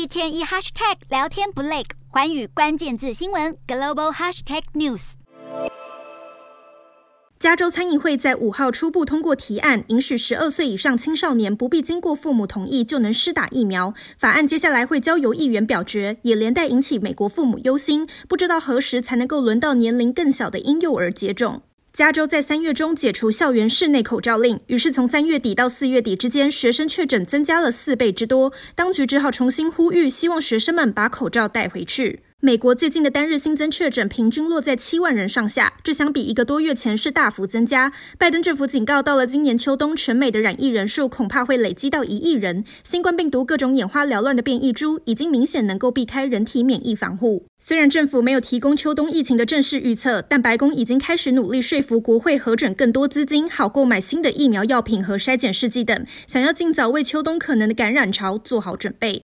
天一 hashtag 聊天不累，寰宇关键字新闻 global hashtag news。 加州参议会在5号初步通过提案，允许12岁以上青少年不必经过父母同意就能施打疫苗。法案接下来会交由议员表决，也连带引起美国父母忧心，不知道何时才能够轮到年龄更小的婴幼儿接种。加州在3月中解除校园室内口罩令，于是从3月底到4月底之间，学生确诊增加了4倍之多。当局只好重新呼吁，希望学生们把口罩带回去。美国最近的单日新增确诊平均落在7万人上下，这相比1个多月前是大幅增加。拜登政府警告，到了今年秋冬，全美的染疫人数恐怕会累积到1亿人。新冠病毒各种眼花缭乱的变异株，已经明显能够避开人体免疫防护。虽然政府没有提供秋冬疫情的正式预测，但白宫已经开始努力说服国会核准更多资金，好购买新的疫苗药品和筛检试剂等，想要尽早为秋冬可能的感染潮做好准备。